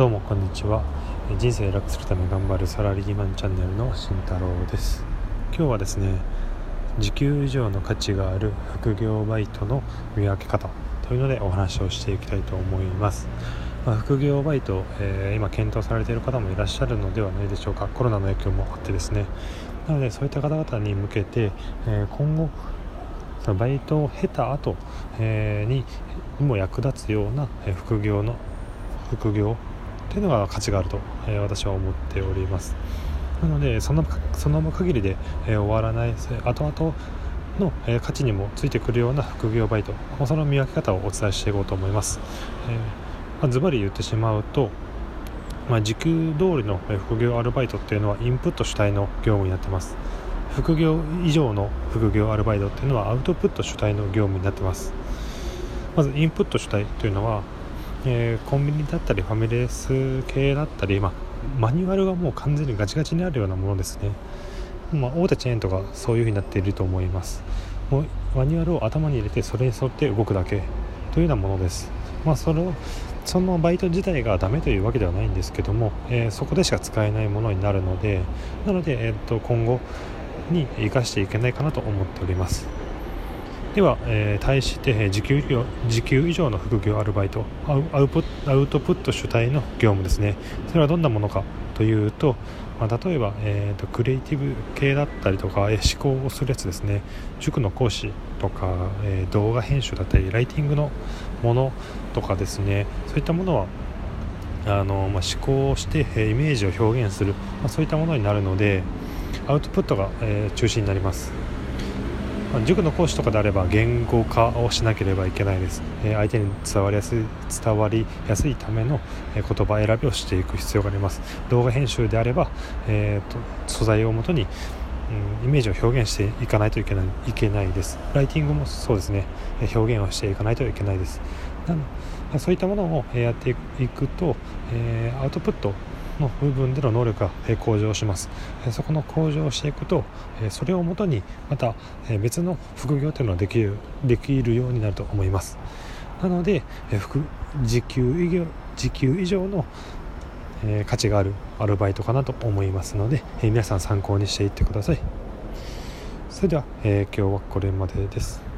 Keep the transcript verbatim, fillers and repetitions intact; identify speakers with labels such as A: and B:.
A: どうもこんにちは。人生楽するため頑張るサラリーマンチャンネルの慎太郎です。今日はですね、時給以上の価値がある副業バイトの見分け方というのでお話をしていきたいと思います。まあ、副業バイト、えー、今検討されている方もいらっしゃるのではないでしょうか。コロナの影響もあってですね。なのでそういった方々に向けて、えー、今後そのバイトを経た後、えー、にも役立つような、えー、副業の副業というのが価値があると、えー、私は思っております。なのでそのその場限りで、えー、終わらない後々の、えー、価値にもついてくるような副業バイト、その見分け方をお伝えしていこうと思います。えーまあ、ズバリ言ってしまうと、まあ、時給通りの副業アルバイトっていうのはインプット主体の業務になっています。副業以上の副業アルバイトっていうのはアウトプット主体の業務になっています。まずインプット主体というのは、えー、コンビニだったりファミレス系だったり、まあ、マニュアルがもう完全にガチガチにあるようなものですね。まあ、大手チェーンとかそういう風になっていると思います。もうマニュアルを頭に入れてそれに沿って動くだけというようなものです。まあ、それをそのバイト自体がダメというわけではないんですけども、えー、そこでしか使えないものになるのでなので、えー、と今後に生かしていけないかなと思っております。では、えー、対して、えー、時給以上、時給以上の副業アルバイトアウ、アウプアウトプット主体の業務ですね。それはどんなものかというと、まあ、例えば、えー、とクリエイティブ系だったりとか、えー、思考をするやつですね。塾の講師とか、えー、動画編集だったりライティングのものとかですね。そういったものはあの、まあ、思考をして、えー、イメージを表現する、まあ、そういったものになるのでアウトプットが、えー、中心になります。塾の講師とかであれば言語化をしなければいけないです。相手に伝わりやすい伝わりやすいための言葉選びをしていく必要があります。動画編集であれば、えーと、素材をもとに、うん、イメージを表現していかないといけない、いけないです。ライティングもそうですね。表現をしていかないといけないです。なのそういったものをやっていくと、えー、アウトプットの部分での能力が向上します。そこの向上していくとそれをもとにまた別の副業というのができる、できるようになると思います。なので時給以上、時給以上の価値があるアルバイトかなと思いますので皆さん参考にしていってください。それでは、えー、今日はこれまでです。